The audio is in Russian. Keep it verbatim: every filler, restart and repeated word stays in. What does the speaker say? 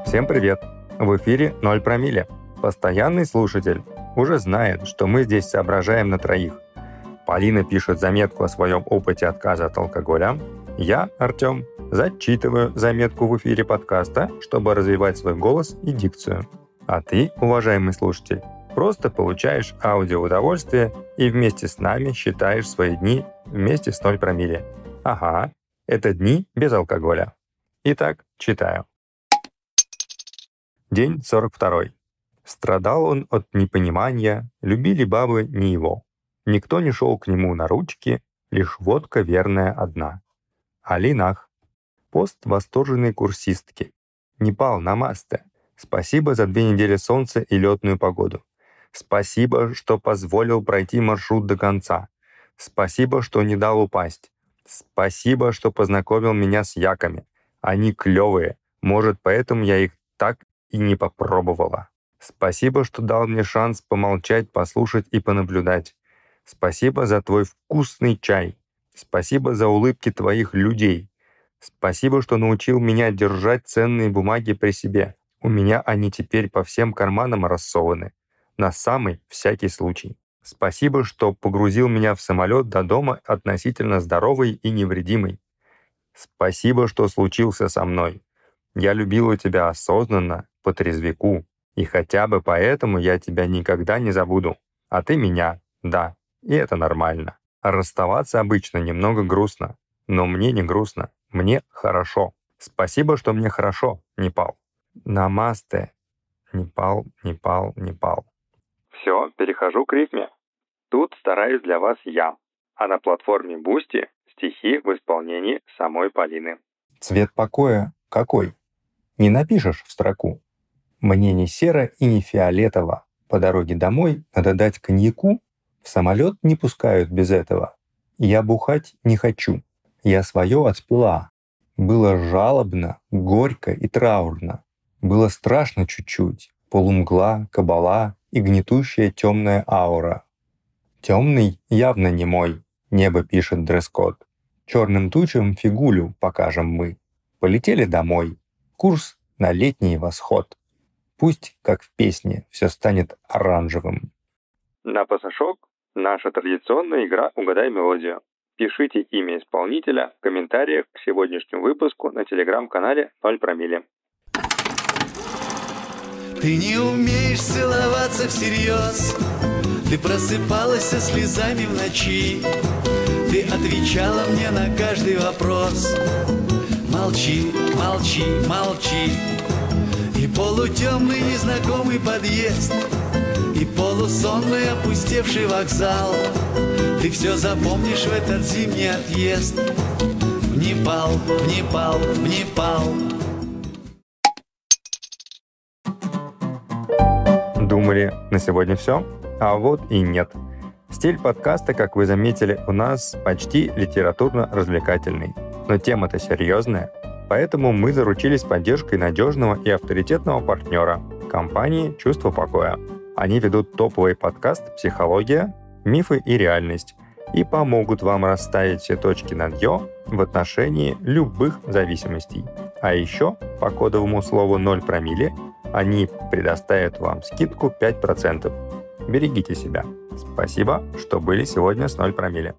Всем привет! В эфире «Ноль промилле». Постоянный слушатель уже знает, что мы здесь соображаем на троих. Полина пишет заметку о своем опыте отказа от алкоголя. Я, Артем, зачитываю заметку в эфире подкаста, чтобы развивать свой голос и дикцию. А ты, уважаемый слушатель, просто получаешь аудиоудовольствие и вместе с нами считаешь свои дни вместе с «Ноль промилле». Ага, это дни без алкоголя. Итак, читаю. День сорок второй. Страдал он от непонимания, любили бабы не его. Никто не шел к нему на ручки, лишь водка верная одна. Алинах. Пост восторженной курсистки. Непал, намасте. Спасибо за две недели солнца и летную погоду. Спасибо, что позволил пройти маршрут до конца. Спасибо, что не дал упасть. Спасибо, что познакомил меня с яками. Они клевые. Может, поэтому я их так и не попробовала. Спасибо, что дал мне шанс помолчать, послушать и понаблюдать. Спасибо за твой вкусный чай. Спасибо за улыбки твоих людей. Спасибо, что научил меня держать ценные бумаги при себе. У меня они теперь по всем карманам рассованы. На самый всякий случай. Спасибо, что погрузил меня в самолет до дома относительно здоровый и невредимый. Спасибо, что случился со мной. Я любила тебя осознанно, по трезвику, и хотя бы поэтому я тебя никогда не забуду. А ты меня, да, и это нормально. А расставаться обычно немного грустно, но мне не грустно, мне хорошо. Спасибо, что мне хорошо, Непал. Намасте. Непал, Непал, Непал. Все, перехожу к рифме. Тут стараюсь для вас я, а на платформе Boosty стихи в исполнении самой Полины. Цвет покоя какой? Не напишешь в строку. Мне не серо и не фиолетово. По дороге домой надо дать коньяку. В самолет не пускают без этого. Я бухать не хочу. Я свое отпила. Было жалобно, горько и траурно. Было страшно чуть-чуть. Полумгла, кабала и гнетущая темная аура. Темный явно не мой. Небо пишет дресс-код. Черным тучам фигулю покажем мы. Полетели домой. Курс на летний восход. Пусть, как в песне, все станет оранжевым. На пасашок наша традиционная игра «Угадай мелодию». Пишите имя исполнителя в комментариях к сегодняшнему выпуску на телеграм-канале «Ноль промилле». Ты не умеешь целоваться всерьез. Ты просыпалась со слезами в ночи. Ты отвечала мне на каждый вопрос. Молчи, молчи, молчи. И полутемный незнакомый подъезд, и полусонный опустевший вокзал. Ты все запомнишь в этот зимний отъезд. В Непал, в Непал, в Непал. Думали, на сегодня все? А вот и нет. Стиль подкаста, как вы заметили, у нас почти литературно-развлекательный. Но тема-то серьезная. Поэтому мы заручились поддержкой надежного и авторитетного партнера – компании «Чувство покоя». Они ведут топовый подкаст «Психология, мифы и реальность» и помогут вам расставить все точки над «ё» в отношении любых зависимостей. А еще по кодовому слову «Ноль промилле» они предоставят вам скидку пять процентов. Берегите себя. Спасибо, что были сегодня с «Ноль промилле».